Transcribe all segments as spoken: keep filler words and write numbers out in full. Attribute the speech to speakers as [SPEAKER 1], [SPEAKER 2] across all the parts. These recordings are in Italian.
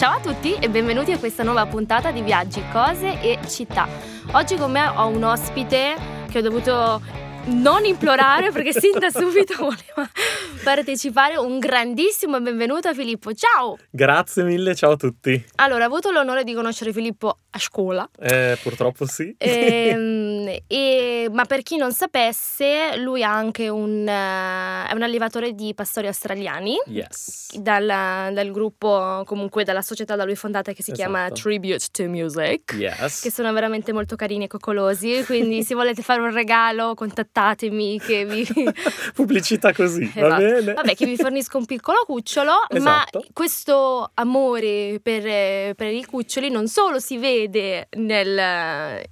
[SPEAKER 1] Ciao a tutti e benvenuti a questa nuova puntata di Viaggi, Cose e Città. Oggi con me ho un ospite che ho dovuto non implorare perché sin da subito voleva partecipare. Un grandissimo benvenuto a Filippo. Ciao!
[SPEAKER 2] Grazie mille, ciao a tutti.
[SPEAKER 1] Allora, ho avuto l'onore di conoscere Filippo a scuola.
[SPEAKER 2] Eh, purtroppo sì.
[SPEAKER 1] E, e, ma per chi non sapesse, lui ha anche un, uh, è un allevatore di pastori australiani.
[SPEAKER 2] Yes.
[SPEAKER 1] Dal, dal gruppo, comunque dalla società da lui fondata che si
[SPEAKER 2] Esatto.
[SPEAKER 1] chiama Tribute to Music.
[SPEAKER 2] Yes.
[SPEAKER 1] Che sono veramente molto carini e coccolosi. Quindi se volete fare un regalo, contattatemi che vi...
[SPEAKER 2] Pubblicità così,
[SPEAKER 1] Esatto.
[SPEAKER 2] va bene?
[SPEAKER 1] Vabbè, che vi fornisco un piccolo cucciolo,
[SPEAKER 2] Esatto.
[SPEAKER 1] ma questo amore per, per i cuccioli non solo si vede nel...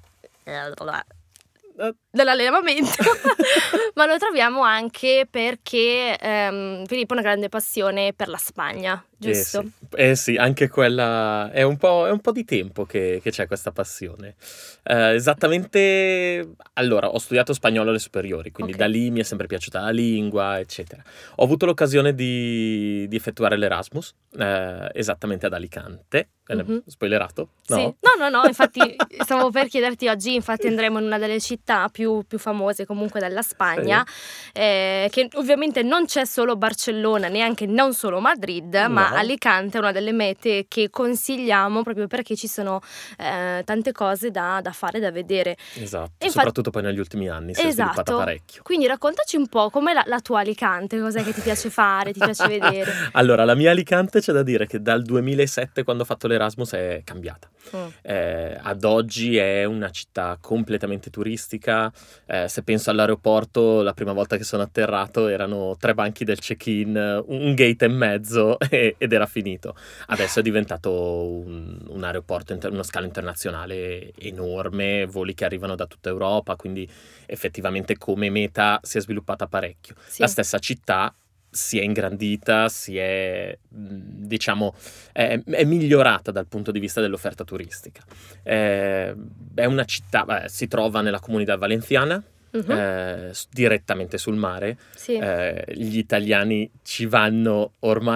[SPEAKER 1] nell'allenamento ma lo troviamo anche perché um, Filippo ha una grande passione per la Spagna, giusto?
[SPEAKER 2] Eh sì, eh sì, anche quella è un po', è un po' di tempo che, che c'è questa passione. Eh, esattamente, allora, ho studiato spagnolo alle superiori, quindi
[SPEAKER 1] Okay.
[SPEAKER 2] da lì mi è sempre piaciuta la lingua, eccetera. Ho avuto l'occasione di, di effettuare l'Erasmus, eh, esattamente ad Alicante.
[SPEAKER 1] Mhm.
[SPEAKER 2] Spoilerato? No?
[SPEAKER 1] Sì. No, no, no, infatti stavo per chiederti oggi, infatti andremo in una delle città più, più famose comunque della Spagna, eh, che ovviamente non c'è solo Barcellona, neanche non solo Madrid, ma
[SPEAKER 2] No.
[SPEAKER 1] Alicante è una delle mete che consigliamo proprio perché ci sono eh, tante cose da, da fare, da vedere.
[SPEAKER 2] Esatto,
[SPEAKER 1] E infatti-
[SPEAKER 2] soprattutto poi negli ultimi anni si è sviluppata
[SPEAKER 1] Esatto.
[SPEAKER 2] parecchio.
[SPEAKER 1] Quindi raccontaci un po' com'è la, la tua Alicante, cos'è che ti piace fare, ti piace vedere.
[SPEAKER 2] Allora, la mia Alicante c'è da dire che dal duemilasette, quando ho fatto l'Erasmus, è cambiata.
[SPEAKER 1] Mm.
[SPEAKER 2] Eh, ad oggi è una città completamente turistica. Eh, se penso all'aeroporto, la prima volta che sono atterrato erano tre banchi del check-in, un gate e mezzo e- ed era finito. Adesso è diventato un, un aeroporto, inter- uno scalo internazionale enorme, voli che arrivano da tutta Europa, quindi effettivamente come meta si è sviluppata parecchio.
[SPEAKER 1] Sì.
[SPEAKER 2] La stessa città si è ingrandita, si è, mh, diciamo, è, è migliorata dal punto di vista dell'offerta turistica. Eh, è una città, beh, si trova nella Comunità Valenciana,
[SPEAKER 1] Mhm.
[SPEAKER 2] eh, s- direttamente sul mare.
[SPEAKER 1] Sì.
[SPEAKER 2] Eh, gli italiani ci vanno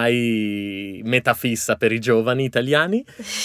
[SPEAKER 2] ormai meta fissa per i giovani italiani.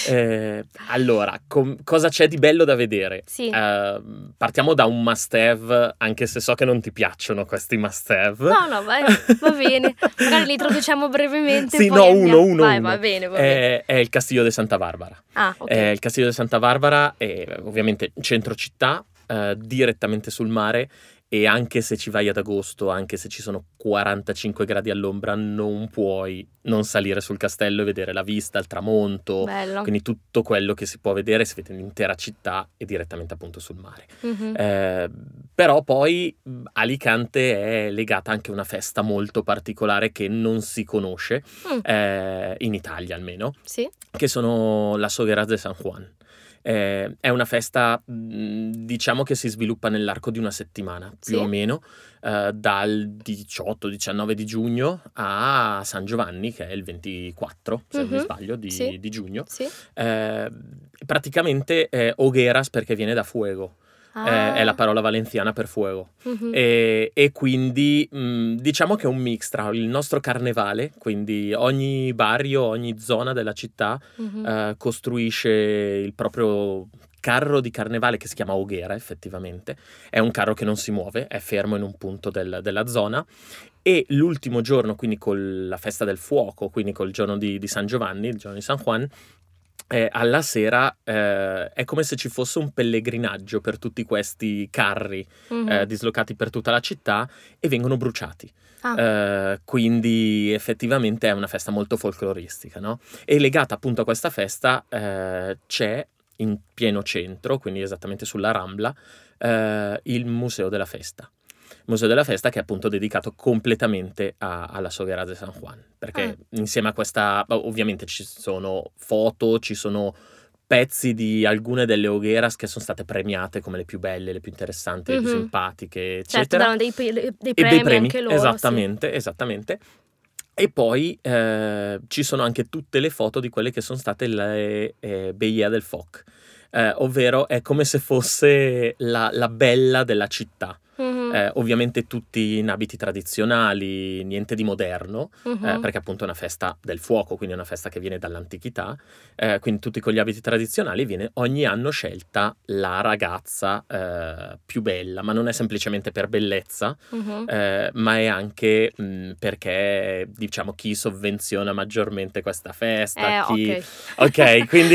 [SPEAKER 2] Eh, allora, com- cosa c'è di bello da vedere?
[SPEAKER 1] Sì.
[SPEAKER 2] Eh, partiamo da un must have, anche se so che non ti piacciono questi must have.
[SPEAKER 1] No, no, vai, va bene. Magari li introduciamo brevemente.
[SPEAKER 2] Sì,
[SPEAKER 1] poi
[SPEAKER 2] no,
[SPEAKER 1] andiamo.
[SPEAKER 2] uno, uno,
[SPEAKER 1] Vai,
[SPEAKER 2] uno.
[SPEAKER 1] va bene, va bene.
[SPEAKER 2] È, è il Castillo di Santa Barbara.
[SPEAKER 1] Ah, ok.
[SPEAKER 2] Eh, il Castillo di Santa Barbara è ovviamente centro città, eh, direttamente sul mare, e anche se ci vai ad agosto, anche se ci sono quarantacinque gradi all'ombra, non puoi non salire sul castello e vedere la vista, il tramonto,
[SPEAKER 1] Bello.
[SPEAKER 2] quindi tutto quello che si può vedere, si vede l'intera città e direttamente appunto sul mare.
[SPEAKER 1] Mhm.
[SPEAKER 2] Eh, però poi mh, Alicante è legata anche a una festa molto particolare che non si conosce,
[SPEAKER 1] Mm.
[SPEAKER 2] eh, in Italia almeno,
[SPEAKER 1] Sì.
[SPEAKER 2] che sono la Hogueras de San Juan. Eh, è una festa, mh, diciamo, che si sviluppa nell'arco di una settimana, più
[SPEAKER 1] Sì.
[SPEAKER 2] o meno, eh, dal diciotto diciannove di giugno a San Giovanni, che è il ventiquattro, se non mi
[SPEAKER 1] Mhm.
[SPEAKER 2] sbaglio, di,
[SPEAKER 1] Sì.
[SPEAKER 2] di giugno.
[SPEAKER 1] Sì.
[SPEAKER 2] Eh, praticamente è Hogueras perché viene da fuego, eh,
[SPEAKER 1] Ah.
[SPEAKER 2] è la parola valenziana per fuego.
[SPEAKER 1] Mhm.
[SPEAKER 2] E, e quindi mh, diciamo che è un mix tra il nostro carnevale, quindi ogni barrio, ogni zona della città
[SPEAKER 1] Mhm.
[SPEAKER 2] eh, costruisce il proprio carro di carnevale che si chiama Hoguera, effettivamente. È un carro che non si muove, è fermo in un punto del- della zona. E l'ultimo giorno, quindi con la festa del fuoco, quindi col giorno di, di San Giovanni, il giorno di San Juan, eh, alla sera eh, è come se ci fosse un pellegrinaggio per tutti questi carri
[SPEAKER 1] Mhm.
[SPEAKER 2] eh, dislocati per tutta la città e vengono bruciati.
[SPEAKER 1] Ah.
[SPEAKER 2] Eh, quindi effettivamente è una festa molto folcloristica, no? E legata appunto a questa festa eh, c'è in pieno centro, quindi esattamente sulla Rambla, eh, il Museo della Festa. Museo della Festa che è appunto dedicato completamente a- alla Hogueras de San Juan, perché
[SPEAKER 1] Ah.
[SPEAKER 2] insieme a questa, ovviamente ci sono foto, ci sono pezzi di alcune delle Hogueras che sono state premiate come le più belle, le più interessanti, le più
[SPEAKER 1] Mhm.
[SPEAKER 2] simpatiche,
[SPEAKER 1] Certo,
[SPEAKER 2] eccetera.
[SPEAKER 1] danno dei, pe- dei
[SPEAKER 2] E
[SPEAKER 1] premi,
[SPEAKER 2] dei premi,
[SPEAKER 1] anche loro. sì.
[SPEAKER 2] esattamente, esattamente. E poi eh, ci sono anche tutte le foto di quelle che sono state le eh, Beia del Foc, eh, ovvero è come se fosse la, la bella della città.
[SPEAKER 1] Mhm. Mhm.
[SPEAKER 2] Eh, ovviamente tutti in abiti tradizionali, niente di moderno,
[SPEAKER 1] Mhm.
[SPEAKER 2] eh, perché appunto è una festa del fuoco, quindi è una festa che viene dall'antichità, eh, quindi tutti con gli abiti tradizionali. Viene ogni anno scelta la ragazza eh, più bella, ma non è semplicemente per bellezza,
[SPEAKER 1] Mhm.
[SPEAKER 2] eh, ma è anche mh, perché diciamo chi sovvenziona maggiormente questa festa,
[SPEAKER 1] Eh,
[SPEAKER 2] chi...
[SPEAKER 1] ok.
[SPEAKER 2] Ok, quindi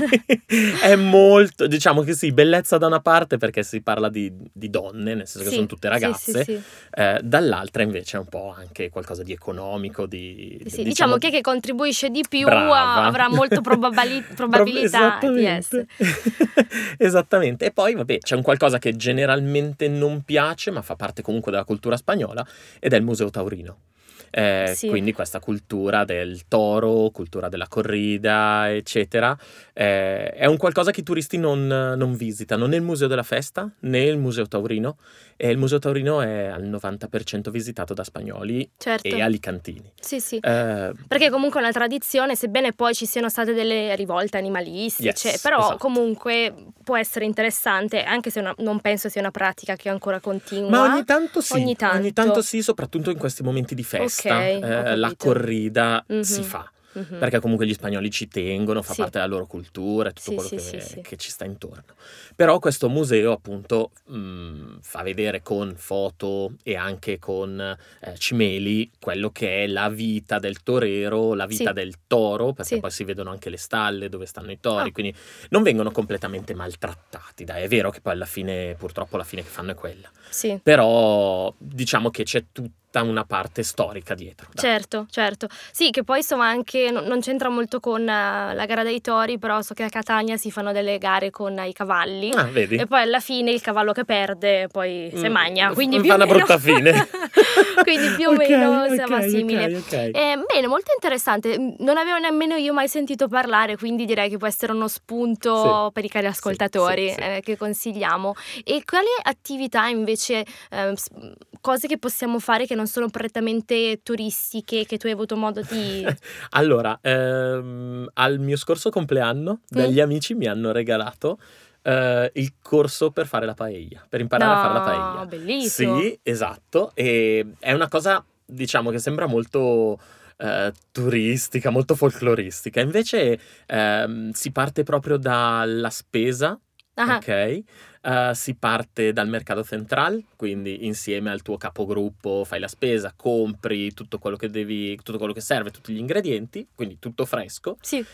[SPEAKER 2] è molto, diciamo che sì, bellezza da una parte perché si parla di, di donne, nel senso che
[SPEAKER 1] Sì,
[SPEAKER 2] sono tutte
[SPEAKER 1] sì, sì,
[SPEAKER 2] ragazze,
[SPEAKER 1] sì.
[SPEAKER 2] eh, dall'altra invece è un po' anche qualcosa di economico, di,
[SPEAKER 1] Sì, sì,
[SPEAKER 2] diciamo...
[SPEAKER 1] diciamo che chi contribuisce di più
[SPEAKER 2] Brava.
[SPEAKER 1] a- avrà molto probabili-
[SPEAKER 2] Pro-
[SPEAKER 1] probabilità di essere.
[SPEAKER 2] esattamente. Esattamente. E poi, vabbè, c'è un qualcosa che generalmente non piace, ma fa parte comunque della cultura spagnola, ed è il Museo Taurino. Eh,
[SPEAKER 1] Sì.
[SPEAKER 2] quindi questa cultura del toro, cultura della corrida, eccetera, eh, è un qualcosa che i turisti non, non visitano né il Museo della Festa né il Museo Taurino, e il Museo Taurino è al novanta per cento visitato da spagnoli
[SPEAKER 1] Certo.
[SPEAKER 2] e alicantini.
[SPEAKER 1] Sì, sì.
[SPEAKER 2] Eh,
[SPEAKER 1] Perché comunque è una tradizione, sebbene poi ci siano state delle rivolte animalistiche,
[SPEAKER 2] Yes,
[SPEAKER 1] però
[SPEAKER 2] esatto.
[SPEAKER 1] comunque può essere interessante, anche se una- non penso sia una pratica che ancora continua.
[SPEAKER 2] Ma ogni tanto sì,
[SPEAKER 1] Ogni tanto.
[SPEAKER 2] sì, soprattutto in questi momenti di festa,
[SPEAKER 1] Ok, ho
[SPEAKER 2] eh, la
[SPEAKER 1] capito.
[SPEAKER 2] corrida
[SPEAKER 1] Mhm.
[SPEAKER 2] si fa.
[SPEAKER 1] Mhm.
[SPEAKER 2] Perché comunque gli spagnoli ci tengono, fa
[SPEAKER 1] Sì.
[SPEAKER 2] parte della loro cultura e tutto
[SPEAKER 1] Sì,
[SPEAKER 2] quello
[SPEAKER 1] sì,
[SPEAKER 2] che,
[SPEAKER 1] sì, sì.
[SPEAKER 2] che ci sta intorno. Però questo museo appunto mh, fa vedere con foto e anche con eh, cimeli quello che è la vita del torero, la vita
[SPEAKER 1] Sì.
[SPEAKER 2] del toro, perché
[SPEAKER 1] Sì.
[SPEAKER 2] poi si vedono anche le stalle dove stanno i tori,
[SPEAKER 1] Ah.
[SPEAKER 2] quindi non vengono completamente maltrattati. Dai, è vero che poi alla fine, purtroppo la fine che fanno è quella.
[SPEAKER 1] Sì.
[SPEAKER 2] Però diciamo che c'è tutta una parte storica dietro. dai.
[SPEAKER 1] Certo, certo. Sì, che poi insomma anche no- non c'entra molto con eh, la gara dei tori, però so che a Catania si fanno delle gare con eh, i cavalli
[SPEAKER 2] Ah, vedi?
[SPEAKER 1] e poi alla fine il cavallo che perde poi se
[SPEAKER 2] Mm,
[SPEAKER 1] magna,
[SPEAKER 2] f-
[SPEAKER 1] quindi
[SPEAKER 2] fa
[SPEAKER 1] più o
[SPEAKER 2] una
[SPEAKER 1] meno
[SPEAKER 2] brutta fine.
[SPEAKER 1] quindi più o
[SPEAKER 2] Ok,
[SPEAKER 1] meno
[SPEAKER 2] ok,
[SPEAKER 1] siamo
[SPEAKER 2] ok,
[SPEAKER 1] simili.
[SPEAKER 2] ok.
[SPEAKER 1] Eh, bene, molto interessante. Mm, Non avevo nemmeno io mai sentito parlare, quindi direi che può essere uno spunto
[SPEAKER 2] Sì,
[SPEAKER 1] per i cari
[SPEAKER 2] sì,
[SPEAKER 1] ascoltatori
[SPEAKER 2] sì, sì.
[SPEAKER 1] eh, che consigliamo. E quali attività invece, eh, s- cose che possiamo fare che non sono prettamente turistiche, che tu hai avuto modo di...
[SPEAKER 2] Allora, ehm, al mio scorso compleanno,
[SPEAKER 1] Mm?
[SPEAKER 2] degli amici mi hanno regalato eh, il corso per fare la paella, per imparare a fare la
[SPEAKER 1] No,
[SPEAKER 2] paella.
[SPEAKER 1] bellissimo.
[SPEAKER 2] Sì, esatto. E è una cosa, diciamo, che sembra molto eh, turistica, molto folcloristica. Invece ehm, si parte proprio dalla spesa.
[SPEAKER 1] Ah,
[SPEAKER 2] Ok, eh, si parte dal mercato central, quindi insieme al tuo capogruppo fai la spesa, compri tutto quello che devi, tutto quello che serve, tutti gli ingredienti, quindi tutto fresco.
[SPEAKER 1] sì,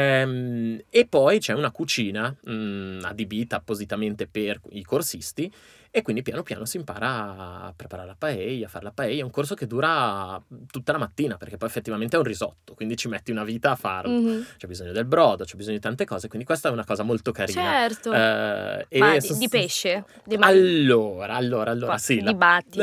[SPEAKER 2] Ehm, e poi c'è una cucina mm, adibita appositamente per i corsisti, e quindi piano piano si impara a preparare la paella, a fare la paella. È un corso che dura tutta la mattina, perché poi effettivamente è un risotto, quindi ci metti una vita a farlo.
[SPEAKER 1] mhm.
[SPEAKER 2] C'è bisogno del brodo, c'è bisogno di tante cose, quindi questa è una cosa molto carina.
[SPEAKER 1] Certo.
[SPEAKER 2] Eh, e
[SPEAKER 1] Ma di,
[SPEAKER 2] sos-
[SPEAKER 1] di pesce? Di ma-
[SPEAKER 2] Allora, allora, allora,
[SPEAKER 1] qua-
[SPEAKER 2] sì. La...
[SPEAKER 1] dibattito.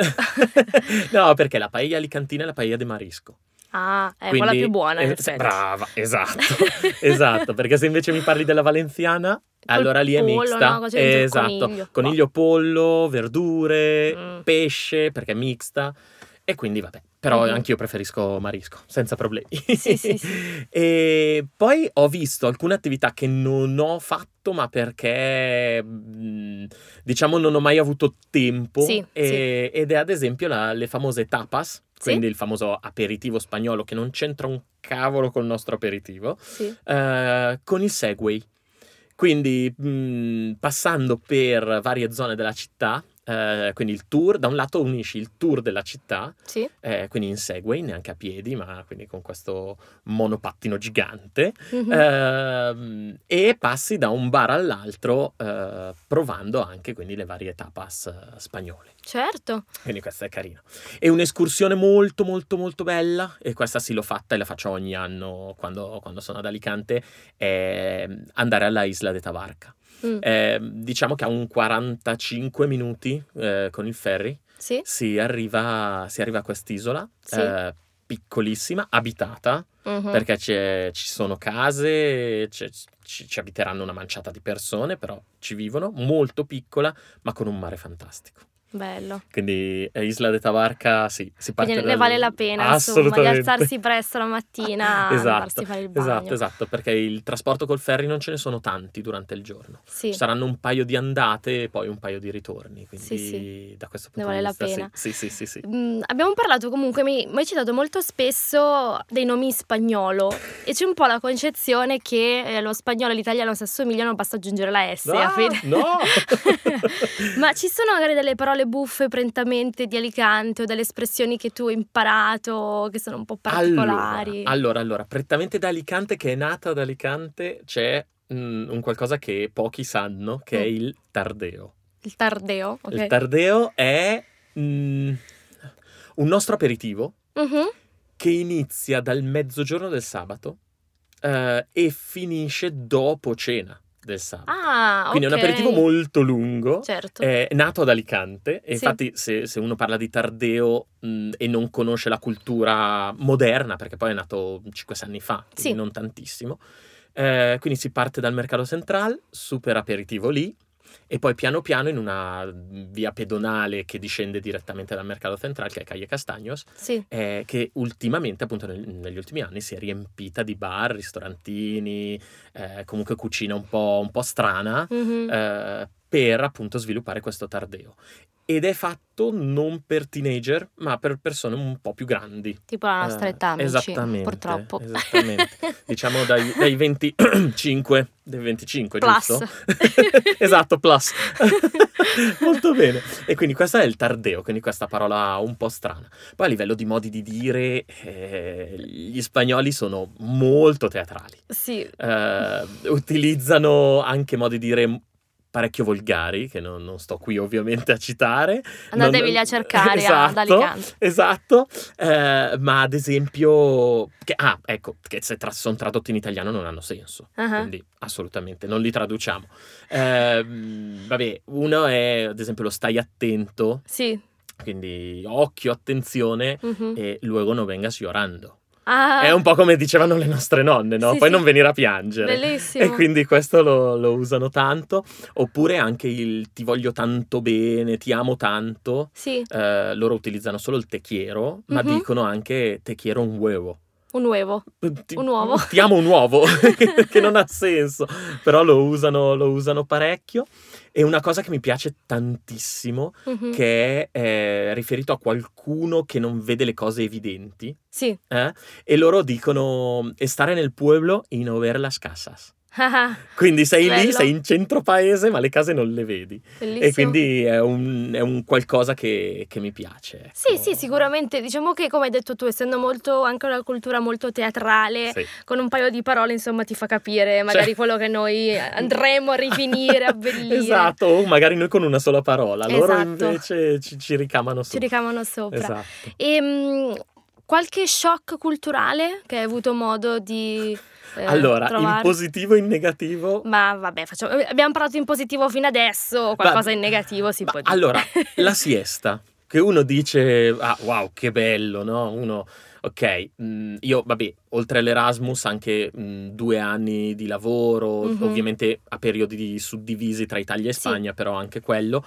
[SPEAKER 2] No, perché la paella alicantina è la paella de marisco.
[SPEAKER 1] Ah, è quella
[SPEAKER 2] Quindi,
[SPEAKER 1] più buona in
[SPEAKER 2] eh,
[SPEAKER 1] effetti.
[SPEAKER 2] brava, esatto, esatto, perché se invece mi parli della valenziana,
[SPEAKER 1] Col
[SPEAKER 2] allora lì è
[SPEAKER 1] pollo,
[SPEAKER 2] mixta.
[SPEAKER 1] no? Cosa dentro il
[SPEAKER 2] Esatto,
[SPEAKER 1] coniglio.
[SPEAKER 2] coniglio, pollo, verdure,
[SPEAKER 1] Mm.
[SPEAKER 2] pesce, perché è mixta. E quindi vabbè, però
[SPEAKER 1] Mhm.
[SPEAKER 2] anch'io preferisco marisco, senza problemi.
[SPEAKER 1] Sì, sì, sì.
[SPEAKER 2] E poi ho visto alcune attività che non ho fatto, ma perché mh, diciamo non ho mai avuto tempo,
[SPEAKER 1] Sì,
[SPEAKER 2] e- ed è ad esempio la- le famose tapas,
[SPEAKER 1] Sì?
[SPEAKER 2] quindi il famoso aperitivo spagnolo che non c'entra un cavolo col nostro aperitivo,
[SPEAKER 1] Sì.
[SPEAKER 2] eh, con il Segway. Quindi mh, passando per varie zone della città, eh, quindi il tour, da un lato unisci il tour della città,
[SPEAKER 1] Sì.
[SPEAKER 2] eh, quindi in Segway, neanche a piedi, ma quindi con questo monopattino gigante,
[SPEAKER 1] Mhm.
[SPEAKER 2] ehm, e passi da un bar all'altro, eh, provando anche quindi le varie tapas eh, spagnole.
[SPEAKER 1] Certo.
[SPEAKER 2] Quindi questa è carina. È un'escursione molto molto molto bella, e questa sì l'ho fatta e la faccio ogni anno quando, quando sono ad Alicante, è andare alla Isla de Tabarca.
[SPEAKER 1] Mm.
[SPEAKER 2] Eh, diciamo che a un quarantacinque minuti eh, con il ferry
[SPEAKER 1] Sì.
[SPEAKER 2] si arriva, si arriva a quest'isola,
[SPEAKER 1] Sì.
[SPEAKER 2] eh, piccolissima, abitata,
[SPEAKER 1] Mhm.
[SPEAKER 2] perché c'è- ci sono case, c'è- ci, ci abiteranno una manciata di persone, però ci vivono, molto piccola, ma con un mare fantastico.
[SPEAKER 1] Bello.
[SPEAKER 2] Quindi eh, Isla de Tabarca, sì, si parte
[SPEAKER 1] Quindi ne
[SPEAKER 2] dal-
[SPEAKER 1] vale la pena, insomma, di
[SPEAKER 2] Assolutamente.
[SPEAKER 1] alzarsi presto la mattina,
[SPEAKER 2] Esatto,
[SPEAKER 1] andarsi a fare il bagno.
[SPEAKER 2] esatto, esatto, perché il trasporto col ferry non ce ne sono tanti durante il giorno.
[SPEAKER 1] Sì,
[SPEAKER 2] Ci saranno un paio di andate e poi un paio di ritorni, quindi
[SPEAKER 1] Sì, sì.
[SPEAKER 2] da questo
[SPEAKER 1] Ne
[SPEAKER 2] punto
[SPEAKER 1] vale
[SPEAKER 2] di
[SPEAKER 1] la
[SPEAKER 2] vista
[SPEAKER 1] pena.
[SPEAKER 2] sì, sì, sì, sì, sì.
[SPEAKER 1] Mm, abbiamo parlato comunque, mi mi hai citato molto spesso dei nomi in spagnolo e c'è un po' la concezione che eh, lo spagnolo e l'italiano si assomigliano, basta aggiungere la S alla
[SPEAKER 2] Ah,
[SPEAKER 1] fine.
[SPEAKER 2] no!
[SPEAKER 1] Ma ci sono magari delle parole buffe prettamente di Alicante o delle espressioni che tu hai imparato che sono un po'
[SPEAKER 2] Allora,
[SPEAKER 1] particolari?
[SPEAKER 2] allora, allora, prettamente da Alicante, che è nata ad Alicante, c'è mm, un qualcosa che pochi sanno, che è
[SPEAKER 1] Mm.
[SPEAKER 2] il tardeo.
[SPEAKER 1] Il tardeo, ok.
[SPEAKER 2] Il tardeo è mm, un nostro aperitivo
[SPEAKER 1] Mhm.
[SPEAKER 2] che inizia dal mezzogiorno del sabato eh, e finisce dopo cena del sabato.
[SPEAKER 1] Ah,
[SPEAKER 2] Quindi è un
[SPEAKER 1] ok.
[SPEAKER 2] aperitivo molto lungo,
[SPEAKER 1] Certo.
[SPEAKER 2] è nato ad Alicante e
[SPEAKER 1] Sì.
[SPEAKER 2] infatti se, se uno parla di tardeo mh, e non conosce la cultura moderna, perché poi è nato cinque sei anni fa, quindi
[SPEAKER 1] Sì.
[SPEAKER 2] non tantissimo, eh, quindi si parte dal Mercato Central, super aperitivo lì, e poi piano piano in una via pedonale che discende direttamente dal Mercato Central, che è Calle Castaños,
[SPEAKER 1] Sì.
[SPEAKER 2] eh, che ultimamente, appunto nel- negli ultimi anni, si è riempita di bar, ristorantini, eh, comunque cucina un po', un po' strana,
[SPEAKER 1] Mhm.
[SPEAKER 2] eh, per appunto sviluppare questo tardeo. Ed è fatto non per teenager, ma per persone un po' più grandi.
[SPEAKER 1] Tipo la nostra
[SPEAKER 2] Eh,
[SPEAKER 1] età, amici,
[SPEAKER 2] esattamente,
[SPEAKER 1] purtroppo.
[SPEAKER 2] esattamente. Diciamo dai, dai venticinque, dai venticinque,
[SPEAKER 1] Plus.
[SPEAKER 2] giusto? Esatto, plus. Molto bene. E quindi questo è il tardeo, quindi questa parola un po' strana. Poi a livello di modi di dire, eh, gli spagnoli sono molto teatrali.
[SPEAKER 1] Sì.
[SPEAKER 2] Eh, utilizzano anche modi di dire parecchio volgari, che non, non sto qui ovviamente a citare.
[SPEAKER 1] Andateveli
[SPEAKER 2] Non-
[SPEAKER 1] a cercare a- ad
[SPEAKER 2] esatto,
[SPEAKER 1] Alicante.
[SPEAKER 2] esatto. Eh, ma ad esempio, che, ah, ecco, che se tra- sono tradotti in italiano non hanno senso,
[SPEAKER 1] Ah,
[SPEAKER 2] quindi assolutamente non li traduciamo. Ehm, vabbè, uno è ad esempio lo stai attento,
[SPEAKER 1] Sì.
[SPEAKER 2] quindi occhio, attenzione,
[SPEAKER 1] Mhm.
[SPEAKER 2] e luego no vengas llorando.
[SPEAKER 1] Ah,
[SPEAKER 2] È un po' come dicevano le nostre nonne, no?
[SPEAKER 1] Sì,
[SPEAKER 2] Poi
[SPEAKER 1] sì.
[SPEAKER 2] non venire a piangere.
[SPEAKER 1] Bellissimo.
[SPEAKER 2] E quindi questo lo, lo usano tanto. Oppure anche il ti voglio tanto bene, ti amo tanto.
[SPEAKER 1] Sì,
[SPEAKER 2] Eh, loro utilizzano solo il te quiero, ma
[SPEAKER 1] Mhm.
[SPEAKER 2] dicono anche te quiero un huevo.
[SPEAKER 1] un uovo.
[SPEAKER 2] Ti,
[SPEAKER 1] Un uovo.
[SPEAKER 2] ti amo un uovo, che non ha senso, però lo usano, lo usano parecchio. E una cosa che mi piace tantissimo,
[SPEAKER 1] Mhm.
[SPEAKER 2] che è eh, riferito a qualcuno che non vede le cose evidenti,
[SPEAKER 1] Sì.
[SPEAKER 2] eh? E loro dicono stare nel pueblo y no ver las casas.
[SPEAKER 1] Ah,
[SPEAKER 2] Quindi sei lì,
[SPEAKER 1] bello.
[SPEAKER 2] sei in centro paese, ma le case non le vedi.
[SPEAKER 1] Bellissimo.
[SPEAKER 2] E quindi è un, è un qualcosa che, che mi piace. Ecco.
[SPEAKER 1] Sì, sì, sicuramente. Diciamo che, come hai detto tu, essendo molto anche una cultura molto teatrale,
[SPEAKER 2] Sì.
[SPEAKER 1] con un paio di parole, insomma, ti fa capire magari
[SPEAKER 2] Cioè-
[SPEAKER 1] quello che noi andremo a rifinire, a abbellire.
[SPEAKER 2] Esatto, o magari noi con una sola parola, loro
[SPEAKER 1] Esatto.
[SPEAKER 2] invece ci, ci ricamano su.
[SPEAKER 1] Ci ricamano sopra.
[SPEAKER 2] Esatto.
[SPEAKER 1] E mm, qualche shock culturale che hai avuto modo di eh,
[SPEAKER 2] Allora,
[SPEAKER 1] trovare?
[SPEAKER 2] in positivo e in negativo.
[SPEAKER 1] Ma vabbè, facciamo- abbiamo parlato in positivo fino adesso, qualcosa in negativo si
[SPEAKER 2] Ma
[SPEAKER 1] può dire.
[SPEAKER 2] allora, la siesta, che uno dice, ah, wow, che bello, no? Uno, ok, mh, io, vabbè, oltre all'Erasmus, anche mh, due anni di lavoro,
[SPEAKER 1] Mhm.
[SPEAKER 2] ovviamente a periodi di- suddivisi tra Italia e
[SPEAKER 1] Sì.
[SPEAKER 2] Spagna, però anche quello.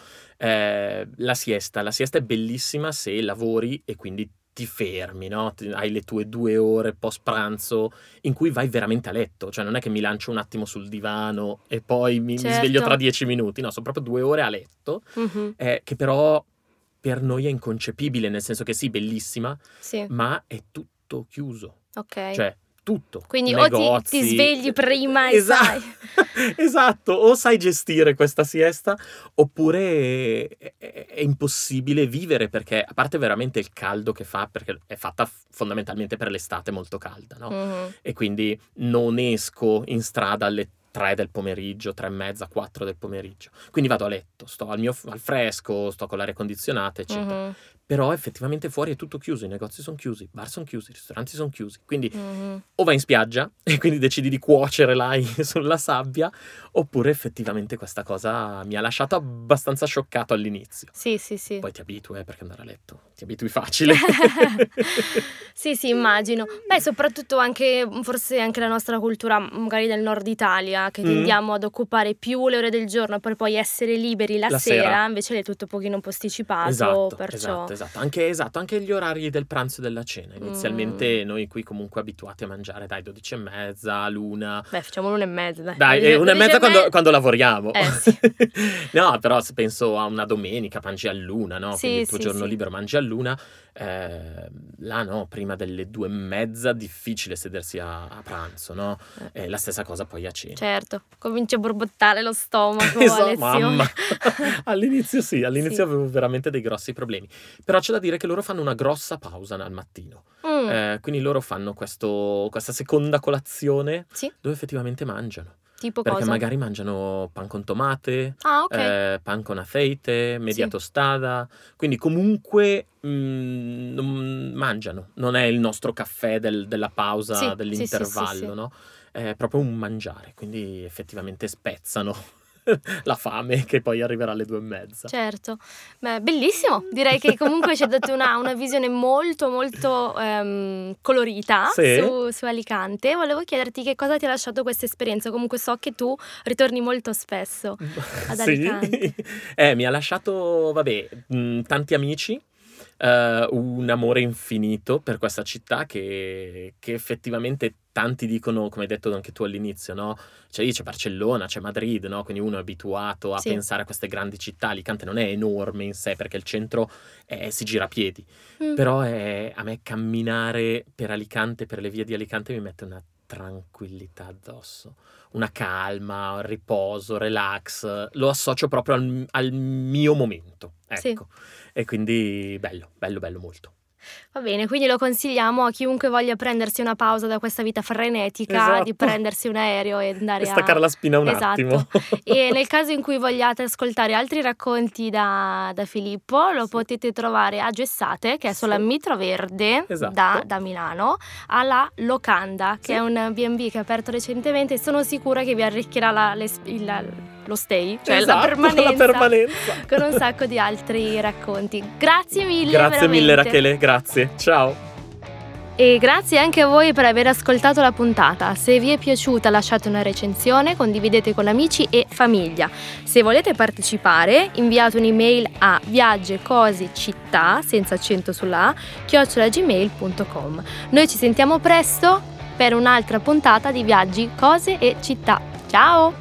[SPEAKER 2] Eh, la siesta, la siesta è bellissima se lavori e quindi ti fermi, no? Ti- hai le tue due ore post pranzo in cui vai veramente a letto, cioè non è che mi lancio un attimo sul divano e poi mi, mi
[SPEAKER 1] Certo.
[SPEAKER 2] sveglio tra dieci minuti, no, sono proprio due ore a letto,
[SPEAKER 1] Mhm.
[SPEAKER 2] eh, che però per noi è inconcepibile, nel senso che sì, bellissima,
[SPEAKER 1] Sì,
[SPEAKER 2] ma è tutto chiuso,
[SPEAKER 1] ok.
[SPEAKER 2] cioè tutto.
[SPEAKER 1] Quindi o ti-
[SPEAKER 2] Negozi.
[SPEAKER 1] ti svegli prima e
[SPEAKER 2] Esa-
[SPEAKER 1] sai.
[SPEAKER 2] Esatto, o sai gestire questa siesta oppure è, è- è impossibile vivere, perché a parte veramente il caldo che fa, perché è fatta f- fondamentalmente per l'estate molto calda, no?
[SPEAKER 1] Mhm.
[SPEAKER 2] E quindi non esco in strada alle tre del pomeriggio, tre e mezza, quattro del pomeriggio. Quindi vado a letto, sto al, mio, al fresco, sto con l'aria condizionata, eccetera.
[SPEAKER 1] Mhm.
[SPEAKER 2] però effettivamente fuori è tutto chiuso, i negozi sono chiusi, i bar sono chiusi, i ristoranti sono chiusi, quindi
[SPEAKER 1] Mm.
[SPEAKER 2] o vai in spiaggia e quindi decidi di cuocere là sulla sabbia, oppure effettivamente questa cosa mi ha lasciato abbastanza scioccato all'inizio.
[SPEAKER 1] Sì, sì, sì.
[SPEAKER 2] Poi ti abitui, eh, perché andare a letto ti abitui facile.
[SPEAKER 1] Sì, sì, immagino. Beh, soprattutto anche, forse anche la nostra cultura, magari del nord Italia, che
[SPEAKER 2] Mm.
[SPEAKER 1] tendiamo ad occupare più le ore del giorno per poi essere liberi la,
[SPEAKER 2] La
[SPEAKER 1] sera,
[SPEAKER 2] sera.
[SPEAKER 1] invece è tutto un pochino posticipato,
[SPEAKER 2] Esatto,
[SPEAKER 1] perciò...
[SPEAKER 2] esatto, esatto. Anche, esatto, anche gli orari del pranzo e della cena. Inizialmente noi qui comunque abituati a mangiare dai dodici e mezza, l'una.
[SPEAKER 1] Beh, facciamo l'una e mezza, dai.
[SPEAKER 2] Dai,
[SPEAKER 1] Dodici-
[SPEAKER 2] eh, una e
[SPEAKER 1] dodici
[SPEAKER 2] mezza quando,
[SPEAKER 1] me-
[SPEAKER 2] quando lavoriamo.
[SPEAKER 1] Eh, sì.
[SPEAKER 2] No, però se penso a una domenica, mangi all'una, no?
[SPEAKER 1] Sì,
[SPEAKER 2] Quindi il tuo
[SPEAKER 1] sì,
[SPEAKER 2] giorno
[SPEAKER 1] sì.
[SPEAKER 2] libero mangi all'una. eh, là no, prima delle due e mezza difficile sedersi a, a pranzo, no?
[SPEAKER 1] Eh.
[SPEAKER 2] Eh, la stessa cosa poi a cena.
[SPEAKER 1] Certo, comincia a borbottare lo stomaco a
[SPEAKER 2] Esatto,
[SPEAKER 1] lezione.
[SPEAKER 2] mamma. All'inizio sì, all'inizio
[SPEAKER 1] Sì.
[SPEAKER 2] avevo veramente dei grossi problemi. Però c'è da dire che loro fanno una grossa pausa al mattino.
[SPEAKER 1] Mm,
[SPEAKER 2] Eh, quindi loro fanno questo, questa seconda colazione
[SPEAKER 1] sì,
[SPEAKER 2] dove effettivamente mangiano.
[SPEAKER 1] tipo
[SPEAKER 2] Perché
[SPEAKER 1] cosa?
[SPEAKER 2] magari mangiano pan con tomate,
[SPEAKER 1] Ah, ok.
[SPEAKER 2] eh, pan con aceite, media
[SPEAKER 1] Sì.
[SPEAKER 2] tostada. Quindi comunque mm, non- mangiano. Non è il nostro caffè del- della pausa,
[SPEAKER 1] Sì, sì, sì,
[SPEAKER 2] dell'intervallo,
[SPEAKER 1] sì, sì.
[SPEAKER 2] no? È proprio un mangiare. Quindi effettivamente spezzano la fame che poi arriverà alle due e mezza.
[SPEAKER 1] Certo, beh, bellissimo, direi che comunque ci ha dato una, una visione molto molto ehm, colorita
[SPEAKER 2] Sì.
[SPEAKER 1] su, su Alicante. Volevo chiederti che cosa ti ha lasciato questa esperienza, comunque so che tu ritorni molto spesso ad
[SPEAKER 2] Sì.
[SPEAKER 1] Alicante.
[SPEAKER 2] Eh, mi ha lasciato, vabbè, mh, tanti amici, eh, un amore infinito per questa città che, che effettivamente tanti dicono, come hai detto anche tu all'inizio, no? Cioè lì c'è Barcellona, c'è Madrid, no? Quindi uno è abituato a
[SPEAKER 1] Sì.
[SPEAKER 2] pensare a queste grandi città. Alicante non è enorme in sé perché il centro è- si gira a piedi,
[SPEAKER 1] Mm.
[SPEAKER 2] però è- a me camminare per Alicante, per le vie di Alicante mi mette una tranquillità addosso, una calma, un riposo, relax, lo associo proprio al, al mio momento,
[SPEAKER 1] Sì.
[SPEAKER 2] ecco. E quindi bello, bello, bello molto.
[SPEAKER 1] Va bene, quindi lo consigliamo a chiunque voglia prendersi una pausa da questa vita frenetica,
[SPEAKER 2] Esatto.
[SPEAKER 1] di prendersi un aereo e andare
[SPEAKER 2] E staccare
[SPEAKER 1] a...
[SPEAKER 2] la spina un
[SPEAKER 1] Esatto.
[SPEAKER 2] attimo.
[SPEAKER 1] E nel caso in cui vogliate ascoltare altri racconti da, da Filippo, lo
[SPEAKER 2] Sì.
[SPEAKER 1] potete trovare a Gessate, che è sulla
[SPEAKER 2] Sì.
[SPEAKER 1] Mitroverde,
[SPEAKER 2] Esatto.
[SPEAKER 1] da, da Milano, alla Locanda, che
[SPEAKER 2] Sì.
[SPEAKER 1] è un B and B che è aperto recentemente, e sono sicura che vi arricchirà la- le- il- lo stay, cioè
[SPEAKER 2] Esatto,
[SPEAKER 1] la permanenza,
[SPEAKER 2] la permanenza.
[SPEAKER 1] con un sacco di altri racconti. Grazie mille,
[SPEAKER 2] Grazie mille
[SPEAKER 1] veramente.
[SPEAKER 2] Rachele, grazie. Ciao.
[SPEAKER 1] E grazie anche a voi per aver ascoltato la puntata. Se vi è piaciuta lasciate una recensione, condividete con amici e famiglia. Se volete partecipare inviate un'email a viaggecosecittà, senza accento sulla A, chiocciola gmail punto com. Noi ci sentiamo presto per un'altra puntata di Viaggi, Cose e Città. Ciao!